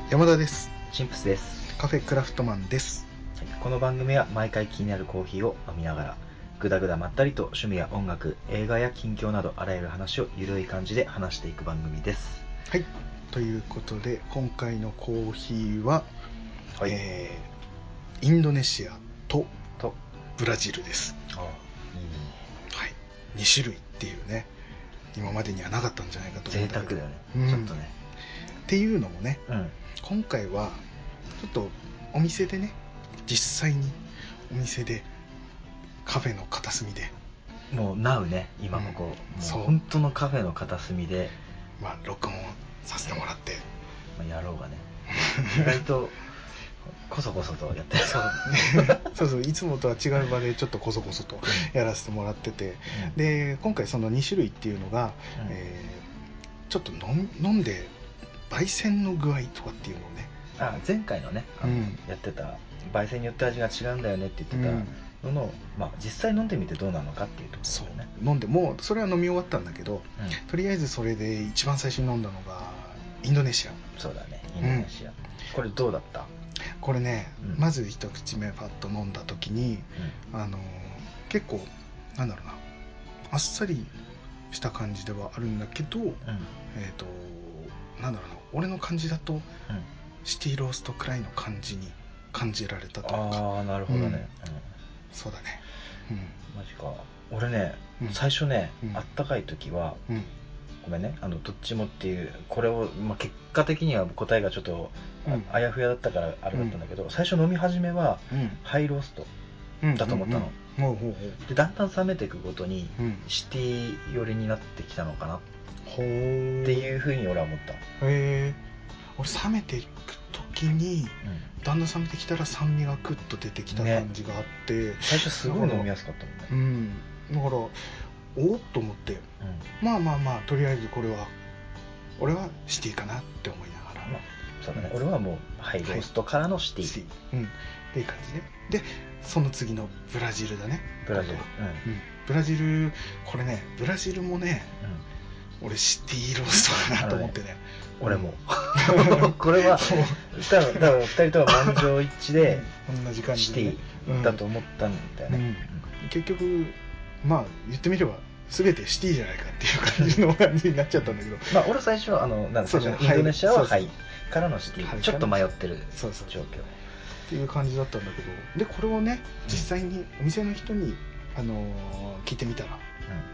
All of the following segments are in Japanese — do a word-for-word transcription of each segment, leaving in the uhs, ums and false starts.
山田です。 チンプスです。 カフェクラフトマンです。 この番組は毎回気になるコーヒーを飲みながらぐだぐだまったりと趣味や音楽、映画や近況などあらゆる話をゆるい感じで話していく番組です。 はい、ということで今回のコーヒーは、はい、えー、インドネシアととブラジルです。 ああ、いいね。 はい、に種類っていうね、今までにはなかったんじゃないかと思うんだけど、 贅沢だよね、 うん、 ちょっとね。 っていうのもね、 うん、 今回はちょっとお店でね、実際にお店でカフェの片隅でもうナウね、今ここ、うん、もう本当のカフェの片隅で、 まあ、録音させてもらって、 まあ、やろうがね意外とこそこそとやってるそうそうそう、いつもとは違う場でちょっとこそこそとやらせてもらってて、うん、で今回そのに種類っていうのが、うん、えー、ちょっと飲飲んで焙煎の具合とかっていうのをね、 あ前回のねあの、うん、やってた焙煎によって味が違うんだよねって言ってたのの、うん、まあ、実際飲んでみてどうなのかっていうところだよね。 そう飲んでもうそれは飲み終わったんだけど、うん、とりあえずそれで一番最初に飲んだのがインドネシア。 そうだね、インドネシア、うん、これどうだった？ これね、うん、まず一口目パッと飲んだ時に、うん、あの結構なんだろうな、あっさりした感じではあるんだけど、うん、えっとなんだろうな、俺の感じだと、うん、シティローストくらいの感じに感じられたというか。 ああ、なるほどね、うんうん、 そうだね、 うん、マジか。俺ね、うん、最初ね、うん、あったかい時は、うん、ごめんね、あのどっちもっていうこれを、まあ、結果的には答えがちょっと、うん、あやふやだったからあれだったんだけど、うん、最初飲み始めは、うん、ハイローストだと思ったの、うんうんうん、でだんだん冷めていくごとに、うん、シティ寄りになってきたのかなっていうふうに俺は思った。 へえ。俺冷めていく時に、うん、だんだん冷めてきたら酸味がクッと出てきた感じがあって、ね、 最初すごい飲みやすかったもんね。 うん、だからおっと思って、うん、まあまあまあとりあえずこれは俺はシティかなって思いながら、まあ、 そうだね、うん、俺はもうハイローストからのシティ、はい、シティ、うん、 っていう感じね。でその次のブラジルだね。 ブラジル、 うんうん、ブラジル、これね、ブラジルもね、うん、俺シティローストかなと思ってね、ね、 俺もこれは多分多分ふたりとも満場一致で、 うん、同じ感じシティだと思ったんだよね、うんうん、結局まあ言ってみれば全てシティじゃないかっていう感じの感じになっちゃったんだけど、 まあ俺最初はあのなんかインドネシアはハイからのシティ、ちょっと迷ってる状況っていう感じだったんだけど、でこれをね実際にお店の人に、あのー、聞いてみたら、うん、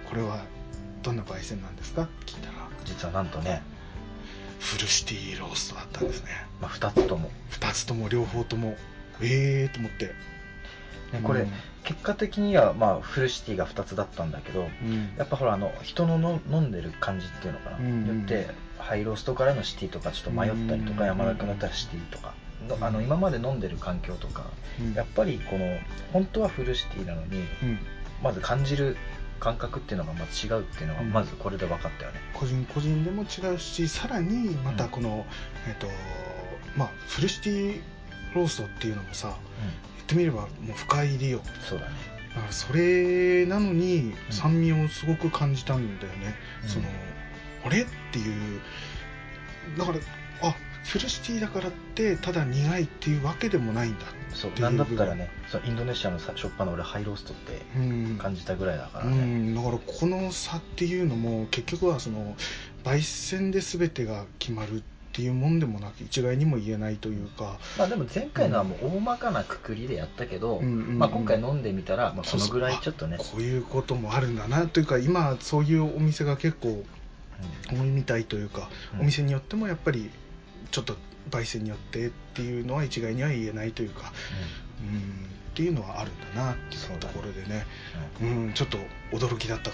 これはどんな焙煎なんですかって聞いたら、 実はなんとねフルシティローストだったんですね。 まあ、ふたつともふたつとも両方ともええーと思って、 ね、これ、うん、結果的には、まあ、フルシティがふたつだったんだけど、うん、やっぱほらあの人のの飲んでる感じっていうのかな、うん、によってハイローストからのシティとかちょっと迷ったりとか、うん、山田君だったらシティとか、うん、あの今まで飲んでる環境とか、うん、やっぱりこの本当はフルシティなのに、うん、まず感じる感覚っていうのがまず違うっていうのがまずこれで分かったよね、 うん、個人個人でも違うし、さらにまたこの、うん、えっとまあフルシティローストっていうのもさ、うん、言ってみればもう深入りよ。 そうだね。 だからそれなのに酸味をすごく感じたんだよね、うん、そのあれっていう、だからあフルシティだからってただ苦いっていうわけでもないんだ。 そうなんだったらね、そうインドネシアのしょっぱな俺ハイローストって感じたぐらいだからね、うんうん、 だからこの差っていうのも結局はその焙煎で全てが決まるっていうもんでもなく一概にも言えないというか、 まあでも前回のはもう大まかなくくりでやったけど、うん、まあ、今回飲んでみたら、まあ、このぐらいちょっとね、 そうそう、こういうこともあるんだなというか、今そういうお店が結構多いみたいというか、うん、お店によってもやっぱりちょっと焙煎によってっていうのは一概には言えないというか、うん、うんっていうのはあるんだなっていうところでね、う、ね、うん、ちょっと驚きだったから。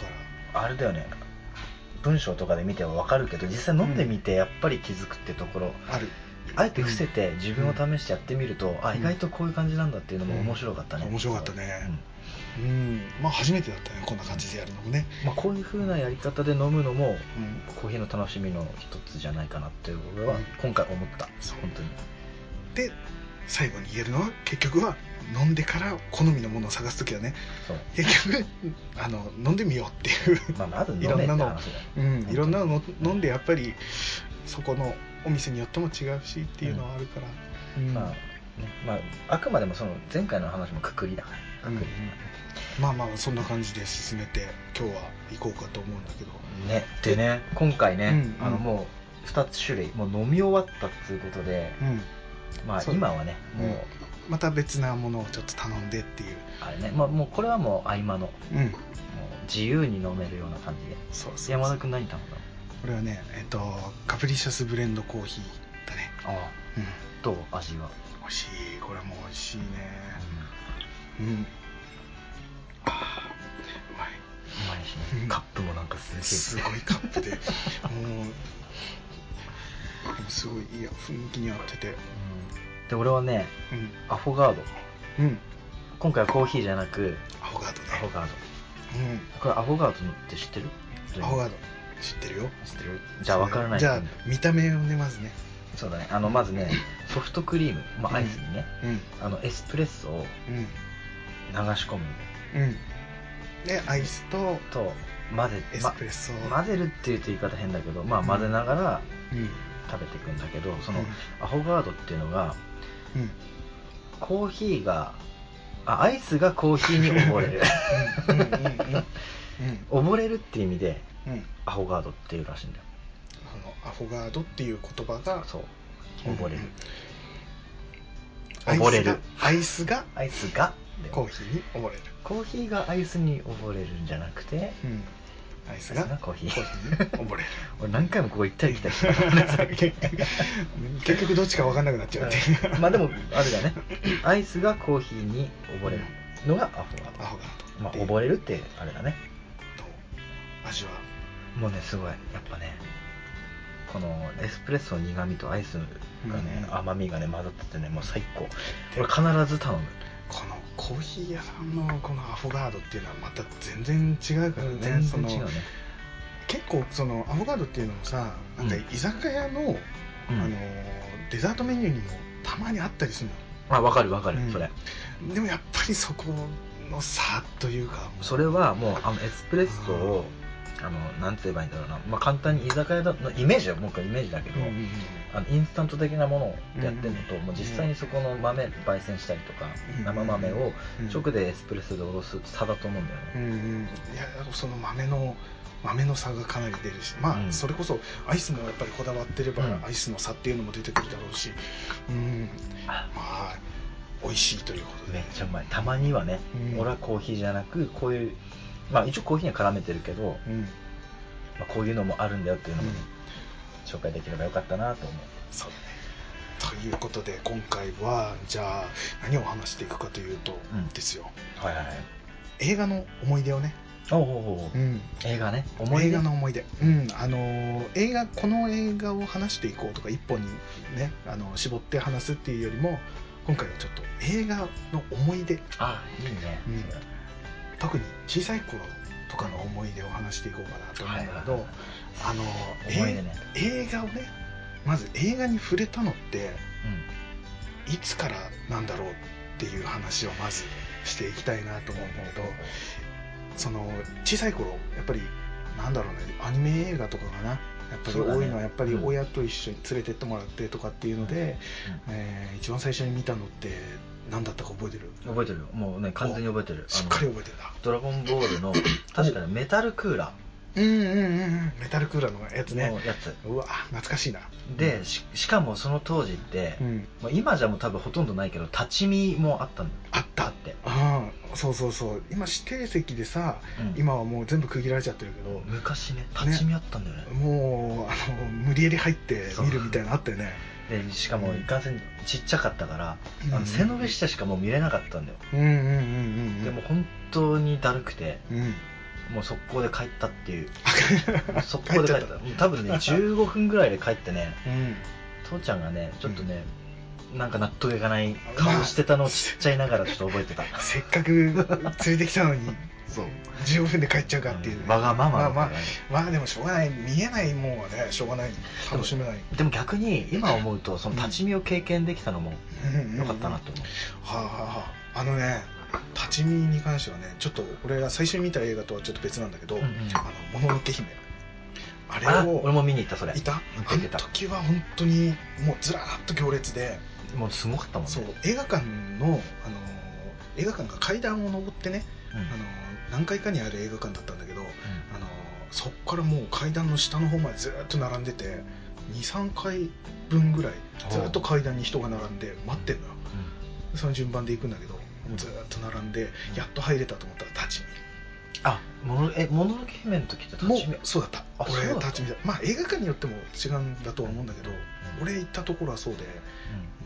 あれだよね、文章とかで見ては分かるけど実際飲んでみてやっぱり気づくってところ、うん、 ある。 あえて伏せて自分を試してやってみると、うん、あ意外とこういう感じなんだっていうのも面白かったね、 うん、面白かったね、うん、うん、まあ初めてだったねこんな感じでやるのもね、 まあ、こういう風なやり方で飲むのも、うん、コーヒーの楽しみの一つじゃないかなって俺は今回思った、うん、本当に。 で最後に言えるのは結局は飲んでから好みのものを探すときはね、そう結局あの飲んでみようっていう、 まあ、まず飲めって話だよ、 うん、いろんなの飲んでやっぱりそこのお店によっても違うしっていうのはあるから、うんうん、 まあね、まああくまでもその前回の話もくくりだからくくり、 うん、まあまあそんな感じで進めて今日は行こうかと思うんだけどね。でね今回ね、 うんうん、 あのもうふたつ種類もう飲み終わったっていうことで、うん、まあ今はねもう、うん、 また別なものをちょっと頼んでっていうあれね、まあ、もうこれはもう合間の、 うん、もう自由に飲めるような感じで。 そうそうそう。 山田君何頼んだの？これはねえっとカプリシャスブレンドコーヒーだね。 ああ、うん、どう味は？ 美味しい。これも美味しいね。うん、うん、ああうまいうまいしね、うん、カップもなんかすげえすごいカップでもうすごいいい雰囲気に合ってて、うん、 で俺はね、うん、アフォガード、うん、今回はコーヒーじゃなくアフォガードね。 アフォガード、うん、これアフォガードって知ってる？ アフォガード知ってるよ。 知ってる？じゃあ分からない。 じゃあ見た目をねまずね。 そうだね。あのまずねソフトクリーム、まあ、アイスにね、うん、あのエスプレッソを流し込む、 うん、でアイスとと混ぜエスプレッソ、 ま、混ぜるっていうと言い方変だけど、まあ混ぜながら食べていくんだけど、うん、そのアフォガードっていうのが、うん、コーヒーがあアイスがコーヒーに溺れる溺れるっていう意味で、うん、アフォガードっていうらしいんだよ。 あのアフォガードっていう言葉がそう溺れる、 うん、溺れるアイスがアイスがコーヒーに溺れる。 コーヒーがアイスに溺れるんじゃなくて、うん、 アイスがコーヒーに溺れる俺何回もここ行ったり来たり結局どっちか分かんなくなっちゃうっていうまあでもあれだね、アイスがコーヒーに溺れるのがアフォガード。 アフォガード、 まあ溺れるってあれだね。 味はもうねすごいやっぱねこのエスプレッソの苦味とアイスがね、うん、甘みがね混ざっててねもう最高。俺必ず頼む。 このコーヒー屋さんのこのアフォガードっていうのはまた全然違うからね。 全然違うね。 結構そのアフォガードっていうのもさなんか居酒屋の、うん、あのデザートメニューにもたまにあったりするの。 あ分かる分かる、うん、それでもやっぱりそこの差というかそれはもうあのエスプレッソをあのなんて言えばいいんだろうな、まあ、簡単に居酒屋のイメージは僕はイメージだけど、うんうんうん、あのインスタント的なものをやってるのと、うんうん、もう実際にそこの豆焙煎したりとか、うんうん、生豆を直でエスプレッソでおろす差だと思うんだよね、うんうん、 いやその豆の豆の差がかなり出るし、まあ、うん、それこそアイスもやっぱりこだわってれば、うん、アイスの差っていうのも出てくるだろうし、うん、まあ美味しいということでめっちゃうまい。たまにはね、うん、俺はコーヒーじゃなくこういうまあ一応コーヒーには絡めてるけど、うんまあ、こういうのもあるんだよっていうのも、ねうん、紹介できればよかったなと思う。 そうね。ということで今回はじゃあ何を話していくかというと、うん、ですよ、 はいはいはい、 映画の思い出をね。 おうおうおう、うん、映画ね思い出映画の思い出、うんあのー、映画この映画を話していこうとか一本にねあの絞って話すっていうよりも今回はちょっと映画の思い出。 あいいね、うん、 特に小さい頃とかの思い出を話していこうかなと思うんだけど、はいはいはい、あの思い出ね、 映画をねまず映画に触れたのって、うん、いつからなんだろうっていう話をまずしていきたいなと思うんだけど、その小さい頃やっぱりなんだろうねアニメ映画とかかなやっぱり多いのはやっぱり親と一緒に連れてってもらってとかっていうので、うんえー、一番最初に見たのって何だったか覚えてる？ 覚えてるよ。もうね完全に覚えてる。 しっかり覚えてるな。 ドラゴンボールの確かにメタルクーラー。 うんうんうんうんメタルクーラーのやつね。 のやつ。 うわ懐かしいな。 で し, しかもその当時って、うんまあ、今じゃもう多分ほとんどないけど立ち見もあったんだよ。 あったってああそうそうそう今指定席でさ、うん、今はもう全部区切られちゃってるけど昔ね立ち見あったんだよね。 ねもうあの無理やり入って見るみたいなのあったよね。 でしかもいかんせんちっちゃかったから、うん、あの背伸び下しかもう見れなかったんだよ。 うんうんうんうんうん、 でも本当にだるくて、うん、もう速攻で帰ったっていう速攻で帰った多分ねじゅうごふんぐらいで帰ってね、うん、父ちゃんがねちょっとね、うん、なんか納得いかない顔してたのをちっちゃいながらちょっと覚えてた、まあ、 せっかく連れてきたのにそうじゅうごふんで帰っちゃうかっていう、 わがままだったね。 まあまあまあでもしょうがない見えないもんはねしょうがない楽しめない。 でも逆に今思うとその立ち見を経験できたのも良かったなと思う。 はあはあはああのね立ち見に関してはねちょっと俺が最初に見た映画とはちょっと別なんだけど、うんうん、あのもののけ姫あれを俺も見に行った。それいた。あの時は本当にもうずらーっと行列で、 もうすごかったもんね。 そう映画館の、あの映画館が階段を上ってね、うん、あの何階かにある映画館だったんだけど、うん、あのそっからもう階段の下の方までずっと並んでて にさんかいぶんぐらいずっと階段に人が並んで待ってんのよ、うん、その順番で行くんだけど、うん、ずっと並んでやっと入れたと思ったら立ち見。 あ、ものえもののけ姫の時って立ち見。 そうだった。俺立ち見だ。まあ映画館によっても違うんだとは思うんだけど、うん、俺行ったところはそうで、うん、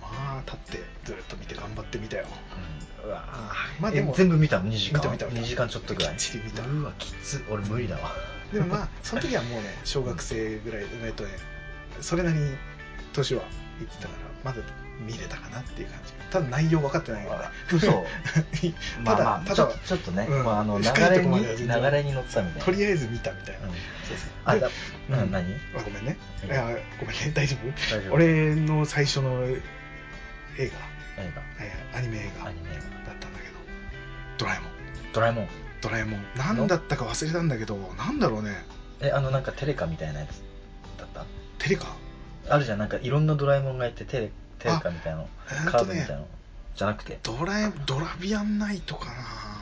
まあ立ってずっと見て頑張ってみたよ、 うん、うわまあでも全部見たのにじかん。 見た見た見たにじかんちょっとぐらい。 きっちり見た。 うわきつ、俺無理だわ。 でもまあその時はもうね小学生ぐらい、えっとねそれなりに年は行ってたからまだ見れたかなっていう感じ。ただ内容分かってないよね。 嘘。 ただ、 まあまあ、 ただちょ、ちょっとね、うん、まあ、あの流れに流れに乗ったみたいな。 とりあえず見たみたいな。うん、そうそう。 あ、だ、うん、何？ あ、ごめんね。いや、ごめんね、大丈夫？大丈夫。俺の最初の映画、映画、えー、アニメ映画だったんだけど、ドラえもん。 ドラえもん。 ドラえもん。何だったか忘れたんだけど、なんだろうね。 え、あのなんかテレカみたいなやつだった？ テレカ？あるじゃん、なんかいろんなドラえもんがいてテレテレカみたいなの、カードみたいなのじゃなくて、 ドラえドラビアンナイトかな。あ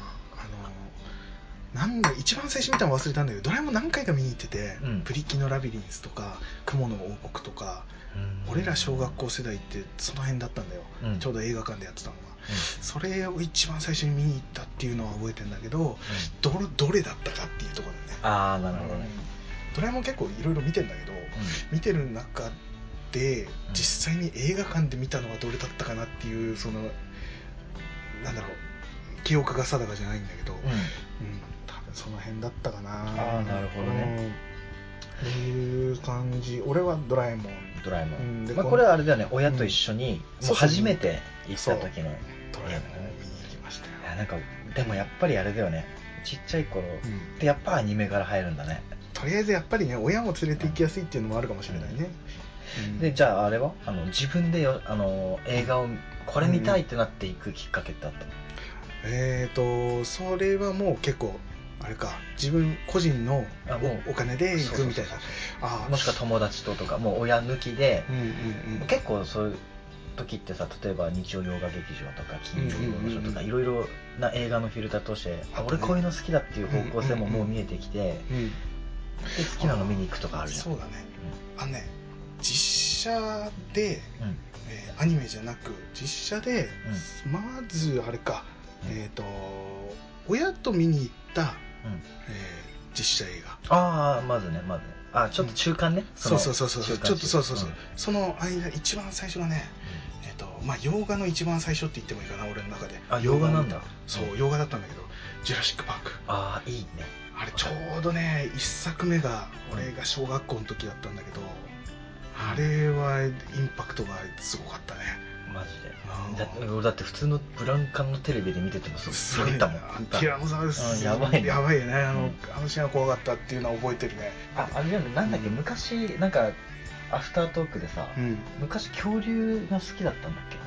のなんだ一番最初見たの忘れたんだけど、ドラえもん何回か見に行ってて、うん、プリキのラビリンスとか雲の王国とか、うん、俺ら小学校世代ってその辺だったんだよ、うん、ちょうど映画館でやってたのが、うん、それを一番最初に見に行ったっていうのは覚えてるんだけど、うん、ど, どれだったかっていうところでね。 ああなるほどね、 うん、ドラえもん結構いろいろ見てるんだけど、うん、見てる中で実際に映画館で見たのはどれだったかなっていう、そのなんだろう記憶が定かじゃないんだけど、うんうん、多分その辺だったかな。 ああなるほどね、 うん、っていう感じ。俺はドラえもんドラえもん、うん、でまあ、これはあれだよね、親と一緒に、うん、もう初めて行った時のドラえもんを見に行きましたよ。 いやなんかでもやっぱりあれだよね、ちっちゃい頃ってやっぱアニメから入るんだね、 とりあえずやっぱりね親も連れて行きやすいっていうのもあるかもしれないね、うんうん、でじゃああれはあの自分でよあの映画をこれ見たいってなっていくきっかけってあったの？ うん、えーとそれはもう結構あれか、自分個人の お, お金で行くみたいな。 あもしくは友達ととかもう親抜きで、うんうんうん、結構そういう時ってさ、例えば日曜洋画劇場とか金曜ロードショーとかいろいろな映画のフィルターとして、うんうんうん、あ俺こういうの好きだっていう方向性ももう見えてきて、うんうんうん、で好きなの見に行くとかあるじゃん。 そうだね、うん、あのね実写で、うんえー、アニメじゃなく実写で、うん、まずあれか、うん、えっ、ー、と親と見に行った、うんえー、実写映画。 ああまずねまずねあちょっと中間ね、うん、 そそうそうそうそうちょっとそうそうそう、うん、その間一番最初がね、うん、えっ、ー、とまあ洋画の一番最初って言ってもいいかな俺の中で。 あ洋画なんだ。 そう、うん、洋画だったんだけどジュラシックパーク。 ああいいね。 あれちょうどね一作目が俺が小学校の時だったんだけど、あれはインパクトがすごかったね。 マジで。だって俺だって普通のブラウン管のテレビで見ててもすごいったもん。 ティラノサウルスやばいね。 やばいよね。あの、うん、あのシーンは怖かったっていうのは覚えてるね。 ああれなんだっけ、うん、昔なんかアフタートークでさ、うん、昔恐竜が好きだったんだっけ。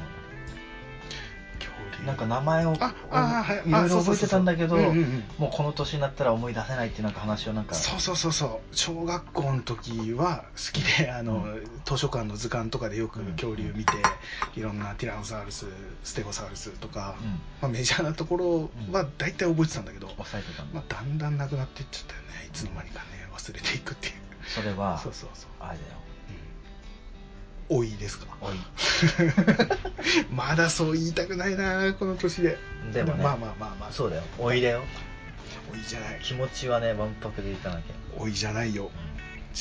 なんか名前をいろいろ覚えてたんだけど、もうこの年になったら思い出せないっていうなんか話をなんか。 そうそうそうそう。小学校の時は好きで、あの、うん、図書館の図鑑とかでよく恐竜見て、うん、いろんなティラノサウルス、ステゴサウルスとか、うんまあ、メジャーなところは大体覚えてたんだけど、うん、 抑えてたんだ。 まあ、だんだんなくなっていっちゃったよね。いつの間にかね忘れていくっていう。 それはそうそうそうあれだよ。 おいですか。 おいまだそう言いたくないなこの年で。 でもね、 まあまあまあまあそうだよ。おいだよ。 おいじゃない。 気持ちはねわんぱくでいかなきゃ。 おいじゃないよ、うん、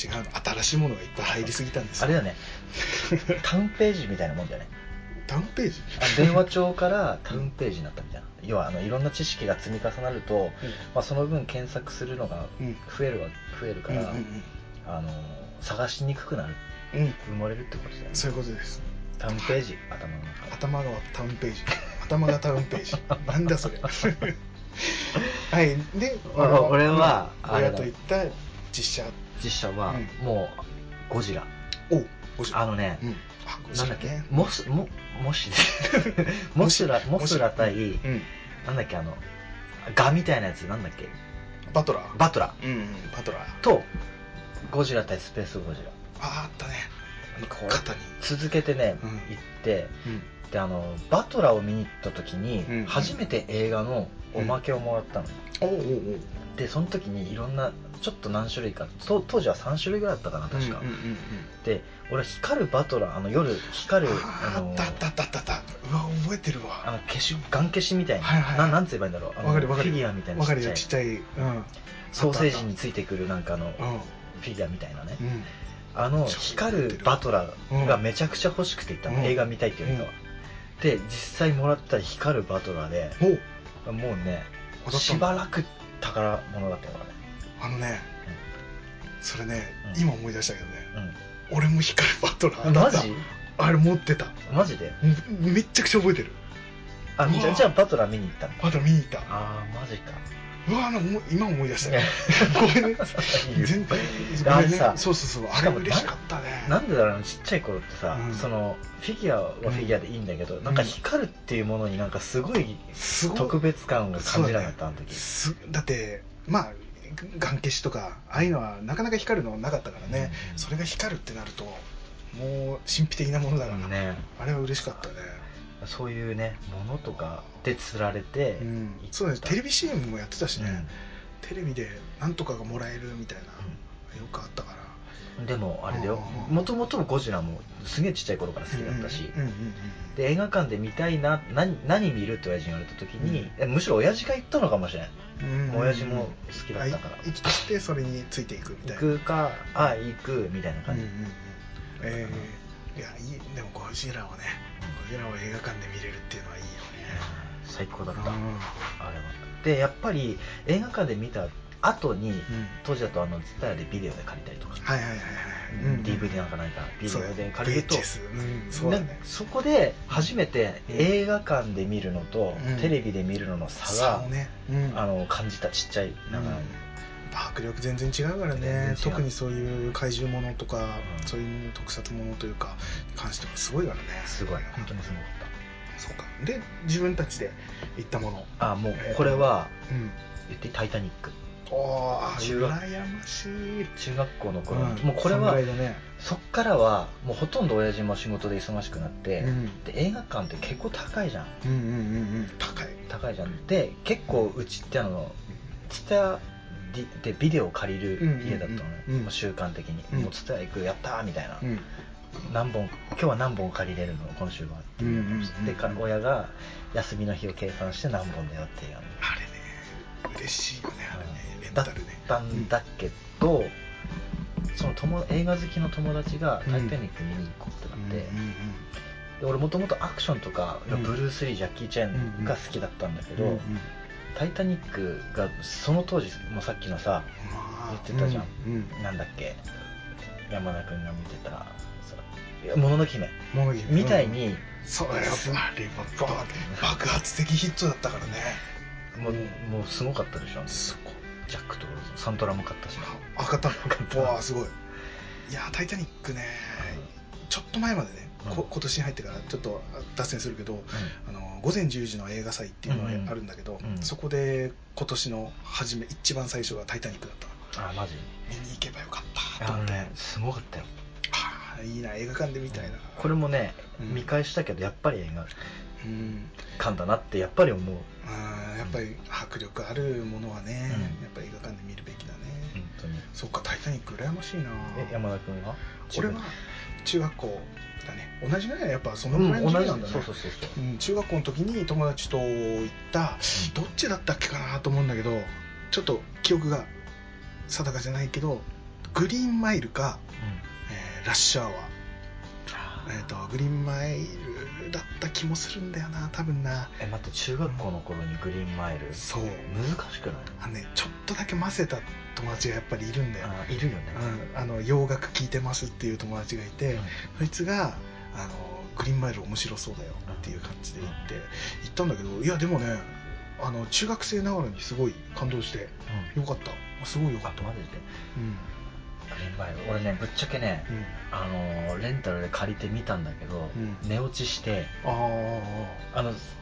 違うの。新しいものがいっぱい入りすぎたんですよ。 あれだねタウンページみたいなもんだよね。 タウンページあ電話帳からタウンページになったみたいな、うん、要はあのいろんな知識が積み重なると、うんまあ、その分検索するのが増えるは増えるから、うんうんうん、あの探しにくくなる、うん、埋もれるってことだよね。 そういうことです。 タウンページ、頭の中。 頭がタウンページ。頭がタウンページ。なんだそれ。はい。で、 俺は親と言った実写。 実写はもうゴジラ。 お、ゴジラ。 あのね、うん、あなんだっけ、モスモモシモスラモスラ対、うん、なんだっけあのガみたいなやつなんだっけ。 バトラー。 バトラー。 うん、バトラー。 とゴジラ対スペースゴジラ。 ああったね。 これ続けてね、うん、行って、うん、であのバトラーを見に行った時に、うん、初めて映画のおまけをもらったの、うん、おうおうおうでその時にいろんなちょっと何種類か当時はさん種類ぐらいだったかな確か、うんうんうんうん、で俺光るバトラーあの夜光るあのあったあったあったあったうわ覚えてるわあの消しガン消しみたいな、はいはいはい、ななんて言えばいいんだろうあのわかるわかるフィギュアみたいなちっちゃいちっちゃい、うん、 ソーセージについてくるなんかの、うん、フィギュアみたいなね、うん、あの光るバトラーがめちゃくちゃ欲しくて行ったの、うん、映画見たいっていうよりかは、うん、で実際もらったら光るバトラーでもうねしばらく宝物だったよねあのね、うん、それね、うん、今思い出したけどね、うん、俺も光るバトラーだったマジあれ持ってたマジでめっちゃくちゃ覚えてるあじゃあじゃあバトラー見に行ったのバトラー見に行ったああマジかうわあの今思い出したごめんね全然あれさそうそうそうあれ嬉しかったねなんでだろうちっちゃい頃ってさ、うん、そのフィギュアはフィギュアでいいんだけど、うん、なんか光るっていうものになんかすごい特別感が感じなかった、ね、あの時すだってまあガン消しとかああいうのはなかなか光るのなかったからね、うん、それが光るってなるともう神秘的なものだから、ね、あれは嬉しかったねそういうねものとかで釣られて、うん、 そうですテレビ シーエム もやってたしね、うん、テレビでなんとかがもらえるみたいな、うん、よくあったからでもあれだよもともとゴジラもすげえちっちゃい頃から好きだったし、うんうんうんうん、で映画館で見たいな 何, 何見るって親父に言われた時に、うん、むしろ親父が言ったのかもしれない、うんうん、親父も好きだったから生きてきてそれについていくみたいな行くかああ行くみたいな感じ、うんうんうんえー、いやいいでもゴジラをねゴジラを映画館で見れるっていうのはいいよね最高だった、うん、あれはでやっぱり映画館で見た後に、うん、当時だとあのツタヤでビデオで借りたりとかはいはいはいはい、 うん、ディーブイディー なんかないかビデオで借りるとそ,、うん そうだねね、 そこで初めて映画館で見るのと、うん、テレビで見るのの差が、ねうん、あの感じたちっちゃいながらに、 迫力全然違うからね特にそういう怪獣ものとか、うん、そういう特撮ものというかに関してはすごいからねすごい本当にすごかったそうかで自分たちで行ったものあもうこれは、えーうん、言ってタイタニックおー羨ましい中学校の頃、うん、もうこれは そ,、ね、そっからはもうほとんど親父も仕事で忙しくなって、うん、で映画館って結構高いじゃん、 うんうんうんうん、高い高いじゃんで結構うちってあのツタヤでビデオを借りる家だったのね、うんうんうん、習慣的に、うん、もうツタヤ行くやったーみたいな、うん、何本今日は何本借りれるの今週はっていう、うんうんうんうん、で親が休みの日を計算して何本だよっていうあれね嬉しいよねあれねレンタルねだったんだけど、うん、その友映画好きの友達がタイタニック見に行こうってなって、うんうんうん、で俺もともとアクションとか、うん、ブルース・リージャッキー・チェンが好きだったんだけど、うんうん、タイタニックがその当時もさっきのさ言ってたじゃん、うんうん、なんだっけ山田君が見てたもののけ姫みたいに、うん、 そうだよあれも爆発的ヒットだったからねもう、もうすごかったでしょすごいジャックとサントラも買ったしあ買ったのわあすごいいやタイタニックねちょっと前までね、うん、こ今年に入ってからちょっと脱線するけど、うん、あの午前じゅうじの映画祭っていうのがあるんだけど、うんうん、そこで今年の初め一番最初がタイタニックだったあマジ見に行けばよかったと思って、 ね、すごかったよあいいな映画館で見たいな、うん、 これもね、うん、見返したけどやっぱり映画館だなってやっぱり思うあやっぱり迫力あるものはね、うん、やっぱり映画館で見るべきだね本当にそっかタイタニック羨ましいなえ山田君は俺は中学校だね同じぐらいやっぱそのぐらいの時期なんだね、 そうそうそうそう、 うん、中学校の時に友達と行った、うん、どっちだったっけかなと思うんだけどちょっと記憶が定かじゃないけどグリーンマイルか、うんえー、ラッシュアワーえー、とグリーンマイルだった気もするんだよな多分なえ待って中学校の頃にグリーンマイル、うん、そう難しくないあの、ね、ちょっとだけ混ぜた友達がやっぱりいるんだよあいるよね、 うん、あの洋楽聴いてますっていう友達がいて、うん、そいつがあのグリーンマイル面白そうだよっていう感じで言って行ったんだけどいやでもねあの中学生ながらにすごい感動して、うん、よかったすごいよかったマジで、うん俺ねぶっちゃけね、うん、あのレンタルで借りてみたんだけど、うん、寝落ちしてああの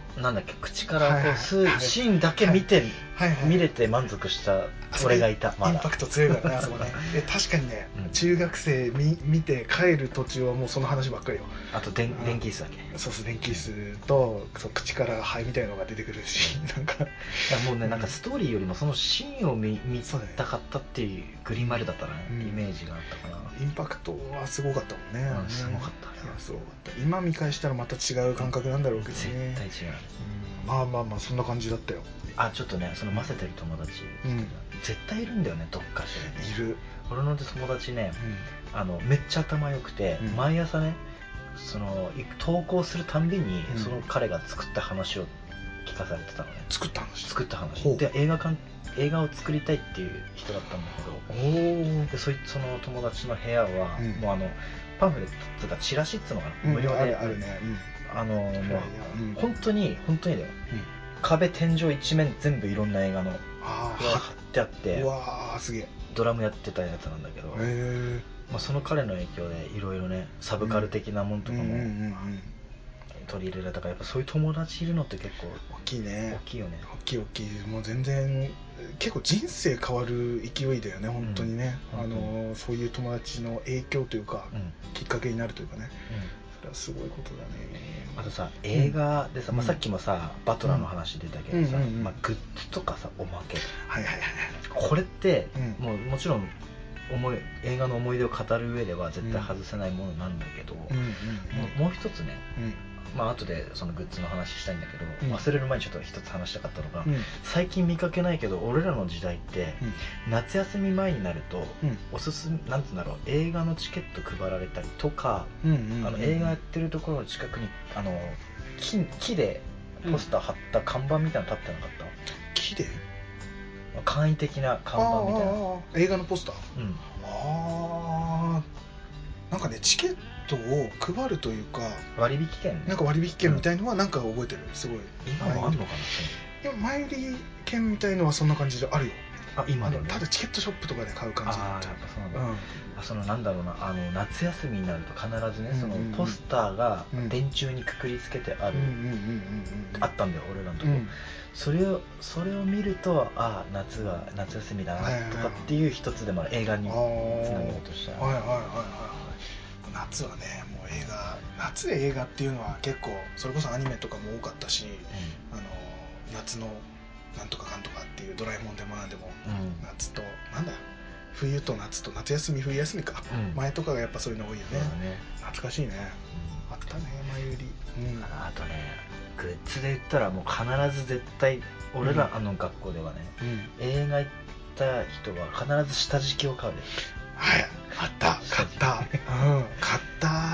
なんだっけ、口からこう吸うシーンだけ見て、はいはい、見れて満足した俺がいた。 まだインパクト強いからね、あそこね。え確かにね、うん、中学生見見て帰る途中はもうその話ばっかりよ。 あと電電気椅子だっけ。 そうそう、電気椅子と、そう、口から肺みたいなのが出てくるし、なんかいやもうね、なんかストーリーよりもそのシーンを 見, 見たかったっていうグリーンマイルだったらね、うん、イメージがあったかな。 インパクトはすごかったもんね。 うん、すごかったね。 いやすごかった。今見返したらまた違う感覚なんだろうけどね。 絶対違う、 うん、まあまあまあそんな感じだったよ。 あ、ちょっとね、その混ぜてる友達、うん、絶対いるんだよね、どっかしら。いる。 俺の友達ね、うん、あのめっちゃ頭良くて、うん、毎朝ね、その投稿するたんびに、うん、その彼が作った話を聞かされてたのね。 作った話作った話で、映画館映画を作りたいっていう人だったんだけど、おで そ, いその友達の部屋は、うん、もうあのパンフレットっていうかチラシっつうのかな、うん、無料である、あるね、 うん、あのもう、うん、本当に本当にだよ、うん、壁天井一面全部いろんな映画の貼ってあって、 うわーすげえ、 ドラムやってたやつなんだけど、へ、まあ、その彼の影響でいろいろね、サブカル的なものとかも取り入れられたから、やっぱそういう友達いるのって結構大きいね。 大きいよね。 大きい大きい。もう全然結構人生変わる勢いだよね、本当にね、うん、あのそういう友達の影響というか、うん、きっかけになるというかね、うん、それはすごいことだね。 あとさ、映画でさ、うん、まあ、さっきもさバトラーの話出たけどさ、うんうんうん、まあ、グッズとかさ、おまけ、はいはいはい、これって、うん、もうもちろん思い映画の思い出を語る上では絶対外せないものなんだけど、うんうんうん、もう、もう一つね、うん、まあ後でそのグッズの話したいんだけど、うん、忘れる前にちょっと一つ話したかったのが、うん、最近見かけないけど俺らの時代って、うん、夏休み前になると、うん、おすすめなんて言うんだろう、映画のチケット配られたりとか、うんうんうん、あの映画やってるところの近くにあの 木, 木でポスター貼った看板みたいなの立ってなかった？ 木で簡易的な看板みたいな、 映画のポスター、うん、あー、なんかね、チケットを配るというか割引券、ね、 なんか割引券みたいのはなんか覚えてる、すごい。 今もあるのかな。 いや、前売り券みたいのはそんな感じであるよ。 あ、今でも、 ね、ただチケットショップとかで買う感じになっちゃう。 あ、やっぱそうなんだ、うん、あ、そのなんだろうな、あの夏休みになると必ずね、そのポスターが電柱にくくりつけてある、あったんだよ俺らのとこ、うん、それをそれを見ると、ああ夏が夏休みだなとかっていう一つでも映画につなげようとしたら、はいはいはいはい、 夏はね、もう映画、夏で映画っていうのは結構それこそアニメとかも多かったし、うん、あの夏のなんとかかんとかっていうドラえもんでもなんでも、うん、夏となんだ冬と夏と夏休み冬休みか、うん、前とかがやっぱそういうの多いよね。ね、懐かしいね、うん、あったね、前売り、うん、 あとね、グッズで言ったらもう必ず絶対俺らの学校ではね、うん、映画行った人は必ず下敷きを買うで。 はい、あった、買った、うん、買った。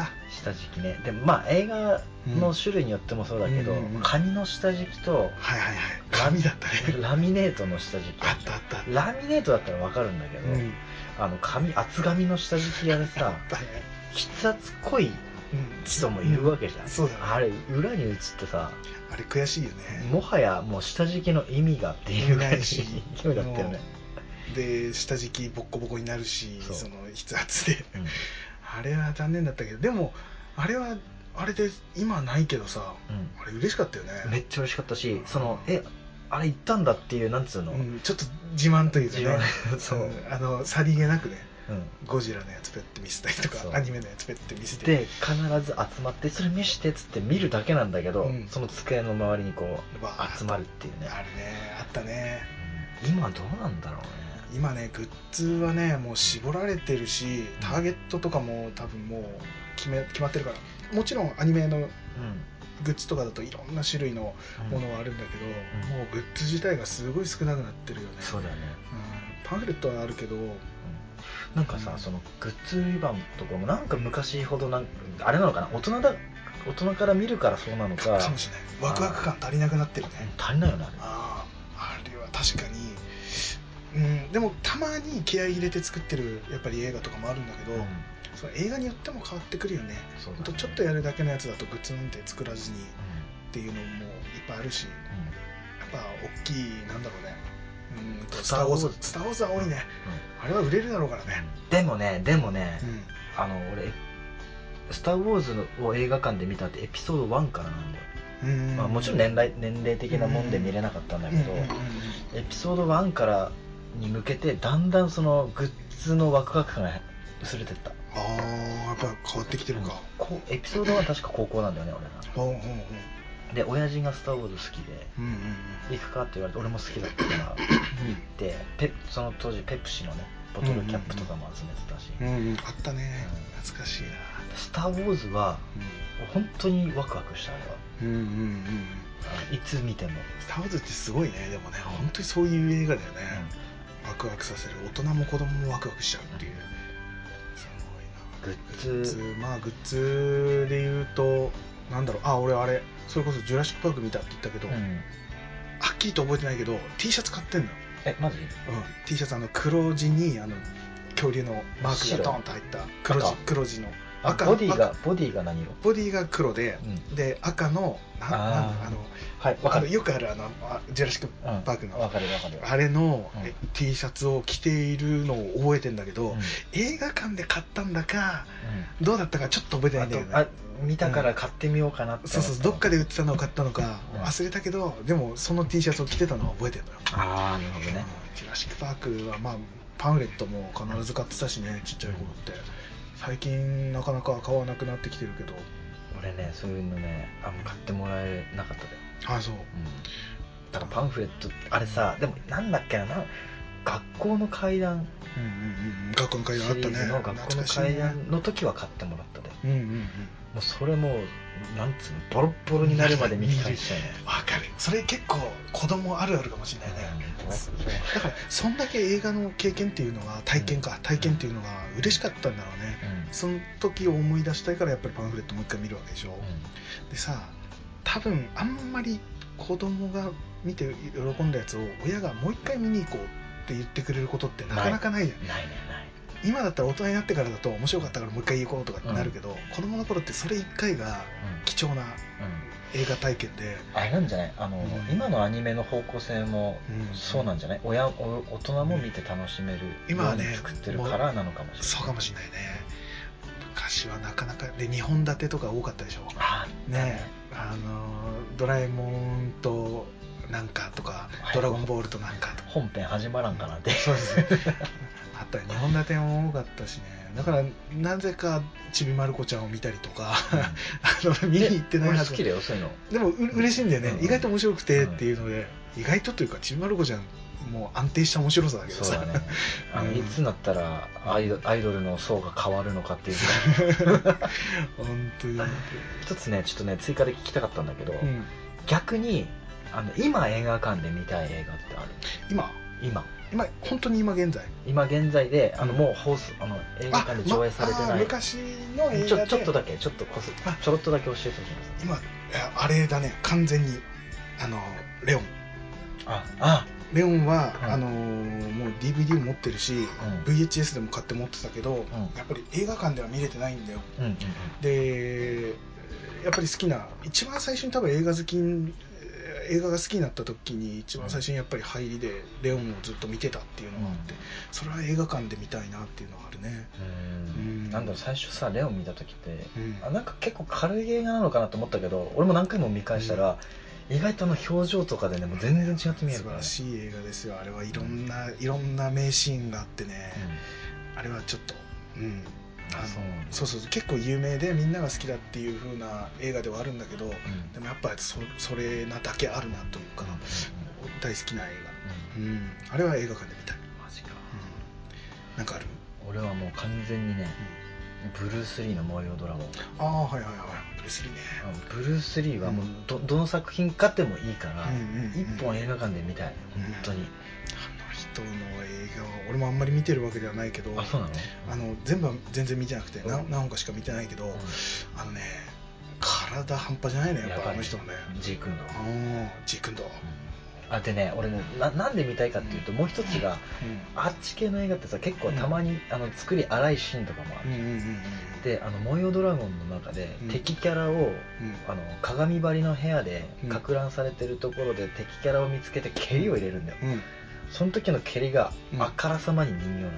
下敷きね。でもまあ映画の種類によってもそうだけど、うんうんうん、紙の下敷きと、はいはいはい、紙だったね。 ラミネートの下敷き。 あったあった。 ラミネートだったらわかるんだけど、うん、あの紙、厚紙の下敷き屋でさ、ね、筆圧濃い人もいるわけじゃん。うんうん、そうだね。あれ裏に映ってさ、 あれ悔しいよね。 もはやもう下敷きの意味がっていうぐらい勢いだったよね。 で下敷きボッコボコになるし、そ, その筆圧で、うん、あれは残念だったけど、でもあれはあれで今ないけどさ、うん、あれ嬉しかったよね。 めっちゃ嬉しかったし、そのえあれ行ったんだっていう、なんつうの、うん、 ちょっと自慢というかね、そう、あのさりげなくね、うん、ゴジラのやつペッて見せたりとか、アニメのやつペッて見せて、 で必ず集まってそれ見してっつって見るだけなんだけど、うん、その机の周りにこう集まるっていうね。 あるね、あったね、 うん、今どうなんだろうね。 今ね、グッズはねもう絞られてるし、ターゲットとかも多分もう決め決まってるから、もちろんアニメのグッズとかだといろんな種類のものはあるんだけど、うん、もうグッズ自体がすごい少なくなってるよね。 そうだよね、 うん、パンフレットはあるけど、うん、 なんかさ、そのグッズ売り場とかもなんか昔ほどなんあれなのかな、大人だ大人から見るからそうなのかかもしれない。ワクワク感足りなくなってるね。 足りないよね、あれ。 ああれは確かに、うん、でもたまに気合い入れて作ってるやっぱり映画とかもあるんだけど、うん、その映画によっても変わってくるよね。そうだね。ちょっとやるだけのやつだとグッズなんて作らずにっていうのもいっぱいあるし、うん、やっぱ大きい、なんだろうね、うんとスター・ウォーズ、スター・ウォーズは多いね、うん、あれは売れるだろうからね。 でもねでもね、うん、あの俺スター・ウォーズを映画館で見たってエピソードワンからなんだよ。うまあ、もちろん年齢、年齢的なもんで見れなかったんだけど、エピソードワンからに向けてだんだんそのグッズのワクワク感が薄れてった。 ああ、やっぱ変わってきてるか。 こうエピソードは確か高校なんだよね、俺が。で、親父がスター・ウォーズ好きで、うんうんうん、行くかって言われて俺も好きだったから行ってペその当時ペプシのねボトルキャップとかも集めてたし、 うんうんうん、あったね、うん、懐かしいな。 スター・ウォーズは、うん、本当にワクワクしたあれは、うんうんうん、いつ見てもスター・ウォーズってすごいね。でもね、うん、本当にそういう映画だよね、うん、ワクワクさせる。大人も子供もワクワクしちゃうっていう、うん、すごいな。 グッズ、 グッズまあグッズで言うとなんだろう、あ、俺あれそれこそジュラシックパーク見たって言ったけど、うん、はっきりと覚えてないけど T シャツ買ってんの。 え、マジ？うん、 T シャツ、あの黒地にあの恐竜のマークがドーンと入った黒地、黒地の赤。ボディがボディが何色？ ボディが黒で、うん、で赤のななんあの、はい、あのよくあるあのジュラシックパークの、 うん、わかるわかる、 あれの、うん、T シャツを着ているのを覚えてんだけど、うん、映画館で買ったんだか、うん、どうだったかちょっと覚えてないんだよね。 あ見たから買ってみようかなって、うん、 そうそう、どっかで売ってたのを買ったのか忘れたけど、でもその T シャツを着てたのは覚えてるのよ。 ああ、なるほどね。 ジュラシックパークはまあパンフレットも必ず買ってたしね、ちっちゃい頃って。最近なかなか買わなくなってきてるけど、 俺ね、そういうのね、あんま買ってもらえなかったで。 ああ、そう、うん、 だからパンフレットあれさ、でもなんだっけな、な学校の階段、うんうんうん、学校の階段あったね。シリーズの学校の階段の時は買ってもらったで、うんうんうん、もうそれもうなんつうの、ボロボロになるまで見返したよね。 わかる。それ結構子供あるあるかもしれないね、うん、だからそんだけ映画の経験っていうのは体験か、うん、体験っていうのが嬉しかったんだろうね、うん、その時を思い出したいからやっぱりパンフレットもう一回見るわけでしょ、うん、でさ、多分あんまり子供が見て喜んだやつを親がもう一回見に行こうって言ってくれることってなかなかないじゃん。 ないね、ない。 今だったら大人になってからだと面白かったからもう一回行こうとかってなるけど、うん、子供の頃ってそれ一回が貴重な映画体験で、うんうん、 あれなんじゃない、あの、うん、今のアニメの方向性もそうなんじゃない、うん、親大人も見て楽しめるように作ってるからなのかもしれない、ね、 そうかもしれないね。昔はなかなかでにほん立てとか多かったでしょ。あね、あのドラえもんとなんかとか、はい、ドラゴンボールとなんかとか本編始まらんかなって、 そうですねあったにほん立ても多かったしね。だからなぜかちびまる子ちゃんを見たりとか、うん、あの見に行ってないはず。 好きだよそういうの。 でもう嬉しいんだよね、うん、意外と面白くてっていうので、うん、意外とというかちびまる子ちゃんもう安定した面白さだけどさ。 そうだねあの、うん、いつになったらアイド、アイドルの層が変わるのかっていうぐらい本当に一つねちょっとね追加で聞きたかったんだけど、うん、逆にあの今映画館で見たい映画ってある？ 今今今本当に今現在今現在であの、うん、もう放送あの映画館で上映されてない、ま、 昔の映画でちょ、ちょっとだけちょっとこすちょろっとだけ教えてほしい今あれだね、完全にあのレオンああレオンは、うん、あのー、もう ディーブイディー も持ってるし、うん、ブイエイチエス でも買って持ってたけど、うん、やっぱり映画館では見れてないんだよ、うんうんうん、でやっぱり好きな一番最初に多分映画好き映画が好きになった時に一番最初にやっぱり入りでレオンをずっと見てたっていうのがあって、うん、それは映画館で見たいなっていうのがあるね。 うん、なんだろう、最初さレオン見た時って、うん、あなんか結構軽い映画なのかなと思ったけど俺も何回も見返したら、うん、意外とあの表情とかでねもう全然違って見えるから、ね、 素晴らしい映画ですよあれは。いろんな、うん、いろんな名シーンがあってね、うん、あれはちょっとうんあのそうそうそう結構有名でみんなが好きだっていう風な映画ではあるんだけど、うん、でもやっぱり そ, それなだけあるなというか、うん、大好きな映画、うんうん、あれは映画館で見たい。 マジか、 うん、なんかある？ 俺はもう完全にね、うん、ブルース・リーの燃えよドラゴン。 ああはいはいはいブルース・リーね。 ブルース・リーはもう ど, どの作品かでもいいから、うんうんうん、一本映画館で見たい本当に、うん人の映画は俺もあんまり見てるわけではないけど、 あそうなの、 あの全部は全然見てなくて、うん、何本かしか見てないけど、うん、あのね体半端じゃないねやっぱあの人のね。 ジークンドー。 ジークンドー、 うん、あでね俺ね な, なんで見たいかっていうと、もう一つが、うん、あっち系の映画ってさ結構たまに、うん、あの作り荒いシーンとかもあるじゃん、うんうんうんうん、であの燃えよドラゴンの中で、うん、敵キャラを、うん、あの鏡張りの部屋でか乱されてるところで敵キャラを見つけて蹴りを入れるんだよ、うん、その時の蹴りがあからさまに人形なんだよ、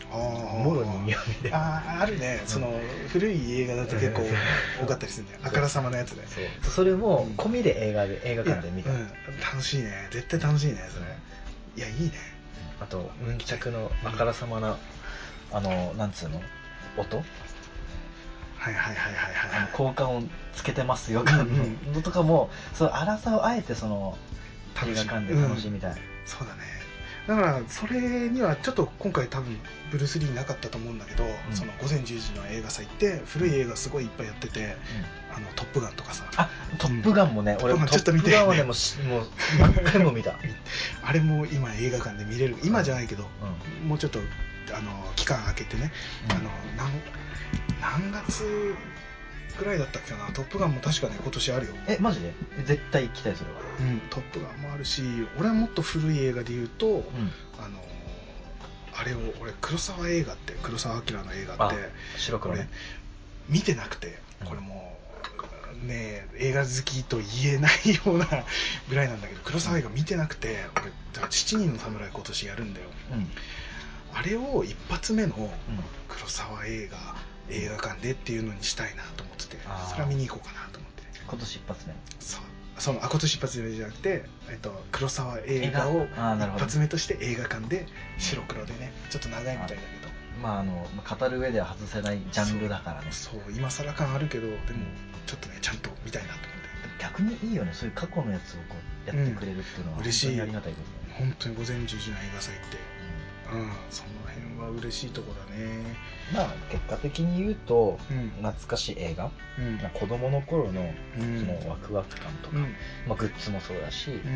もろに読みで、 あああるね、うん、その古い映画だと結構多かったりするんだよ、あからさまのやつで、 そうそれも込みで映画で映画館で見た、うん、 楽しいね、絶対楽しいねそれ、いやいいね。 あとヌンチャクのあからさまな、うん、あのなんつうの音、 はいはいはいはいはい、 効果音つけてますよ感のとかも、その荒さをあえてその映画館で楽しみたい、うん、 そうだね。だからそれにはちょっと今回多分ブルース・リーなかったと思うんだけど、うん、その午前じゅうじの映画祭って古い映画すごいいっぱいやってて、うん、あのトップガンとかさ、 あトップガンもね、うん、俺トップガンはねもうもう何回も見たあれも今映画館で見れる、今じゃないけど、うん、もうちょっとあの期間空けてね、うん、あの何何月ぐらいだったっけな、トップガンも確かね今年あるよ。 えマジで絶対行きたいそれは。 うん、トップガンもあるし、俺はもっと古い映画で言うと、うん、あのあれを俺黒沢映画って黒沢明の映画って白黒ね見てなくて、これもうね映画好きと言えないようなぐらいなんだけど、黒沢映画見てなくて、俺しちにんの侍今年やるんだよ、うん、あれを一発目の黒沢映画映画館でっていうのにしたいなと思ってて、それは見に行こうかなと思って。 今年一発目、 そうそのあ今年一発目じゃなくて、えっと、黒沢映画を一発目として映画館で白黒でね、ちょっと長いみたいだけど、 まああの語る上では外せないジャンルだからね。 そう、そう今更感あるけど、でもちょっとねちゃんと見たいなと思って。 逆にいいよね、そういう過去のやつをこうやってくれるっていうのは、うん、嬉しい、本当にありがたいことだね。 本当に午前じゅうじの映画祭って、うん、うん、その辺は嬉しいところだね。 まあ結果的に言うと、うん、懐かしい映画、うん、子供の頃のそのワクワク感とか、うん、まあ、グッズもそうだし、うんうん、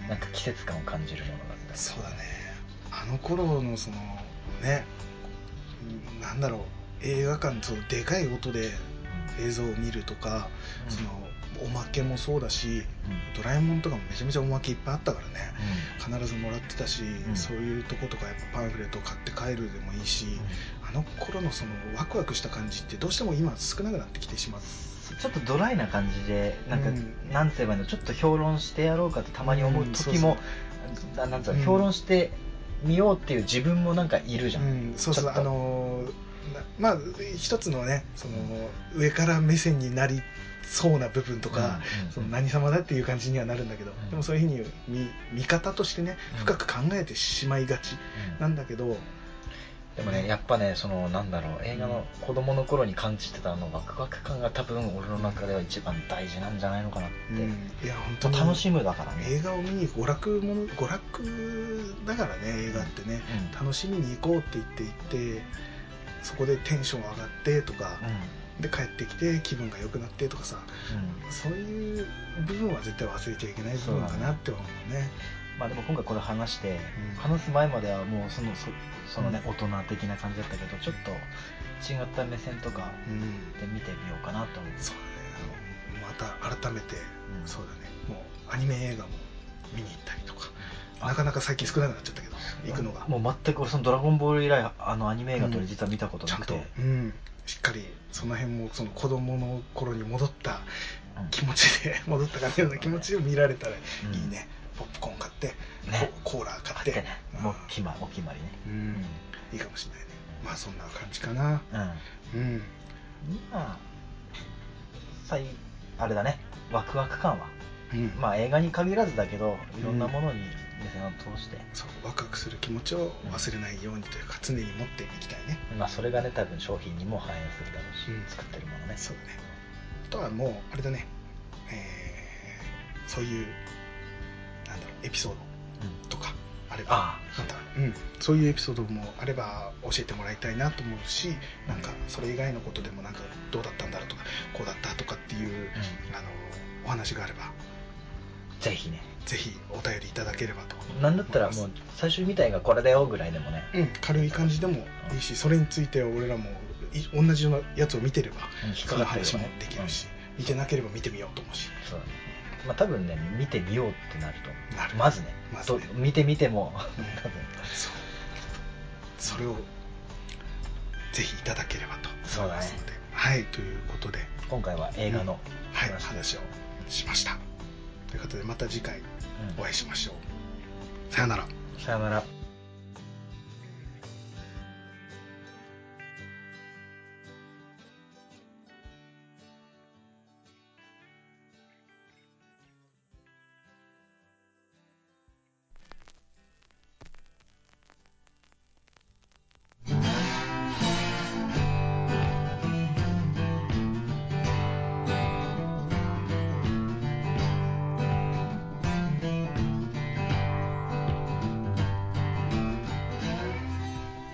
なんか季節感を感じるものだったり。 そうだね、あの頃のそのね、なんだろう、映画館、そのでかい音で映像を見るとか、うん、そのおまけもそうだし、うん、ドラえもんとかもめちゃめちゃおまけいっぱいあったからね、うん、必ずもらってたし、うん、そういうとことかやっぱパンフレット買って帰るでもいいし、うん、あの頃のそのワクワクした感じってどうしても今少なくなってきてしまう。 ちょっとドライな感じでなんか、うん、なんて言えばいいの、ちょっと評論してやろうかとたまに思う時も、うん、なんていうの、評論してみようっていう自分もなんかいるじゃん、うん、 そうそう、あのー、まあ一つのね、その上から目線になりそうな部分とか、うん、その何様だっていう感じにはなるんだけど、うん、でもそういうふうに 見, 見方としてね深く考えてしまいがちなんだけど、うん、 でもねやっぱね、そのなんだろう、映画の子供の頃に感じてたあのワクワク感が多分俺の中では一番大事なんじゃないのかなって、うん、 いや本当に楽しむだからね、 映画を見に娯楽もの娯楽だからね映画ってね、うん、楽しみに行こうって言って行ってそこでテンション上がってとか、うん、で帰ってきて気分が良くなってとかさ、うん、そういう部分は絶対忘れちゃいけない部分かなって思うね。 まあでも今回これ話して、うん、話す前まではもうその そ, そのね、うん、大人的な感じだったけど、ちょっと違った目線とかで見てみようかなと思う、うん、 そうだね、また改めて、うん、そうだね、もうアニメ映画も見に行ったりとか、なかなか最近少なくなっちゃったけど行くのがもう全く俺そのドラゴンボール以来あのアニメ映画と俺実は見たことなくて、うん、ちゃんと、 うん、しっかりその辺もその子供の頃に戻った気持ちで、うん、戻ったかのような気持ちで見られたらいいね、うん、ポップコーン買って、ね、コーラ買って、 ね、もう決まお決まりね、 うんうん、いいかもしれないね。まあそんな感じかな。うん、うん、 まあ最あれだね、ワクワク感は、うん、まあ映画に限らずだけどいろんなものに目線を通して、うん、 そうワクワクする気持ちを忘れないようにというか、うん、常に持っていきたいね。 まあそれがね多分商品にも反映するだろうし、うん、作ってるものね。 そうだね。あとはもうあれだね、えー、そういうなんだろうエピソードとかあれば、うん、あなんだ、うん、そういうエピソードもあれば教えてもらいたいなと思うし、なんかそれ以外のことでもなんかどうだったんだろうとかこうだったとかっていう、うん、あのお話があればぜひね、 ぜひお便りいただければと。 なんだったらもう最初みたいがこれだよぐらいでもね、 うん、軽い感じでもいいし、それについて俺らも同じようなやつを見てれば、うん、その話もできるし、うん、見てなければ見てみようと思うし、 そうだね、まあ多分ね見てみようってなるとなるまずね、まずね見てみても、うん、多分そうそれをぜひいただければと思いますので、ね、はいということで今回は映画の、 うん、はい、話をしました。ということでまた次回お会いしましょう、うん、さよなら。 さよなら。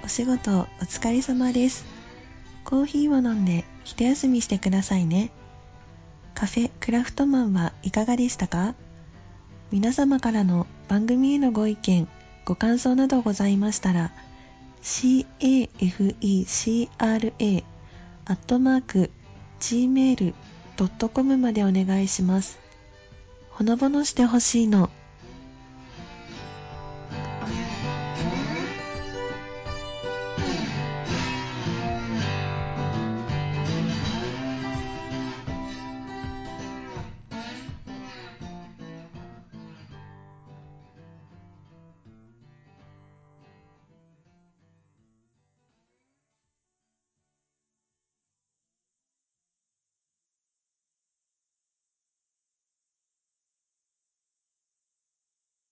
仕事お疲れ様です。コーヒーを飲んで一休みしてくださいね。カフェクラフトマンはいかがでしたか？皆様からの番組へのご意見、ご感想などございましたら、カフェクラアットマーク ジーメールドットコム までお願いします。ほのぼのしてほしいの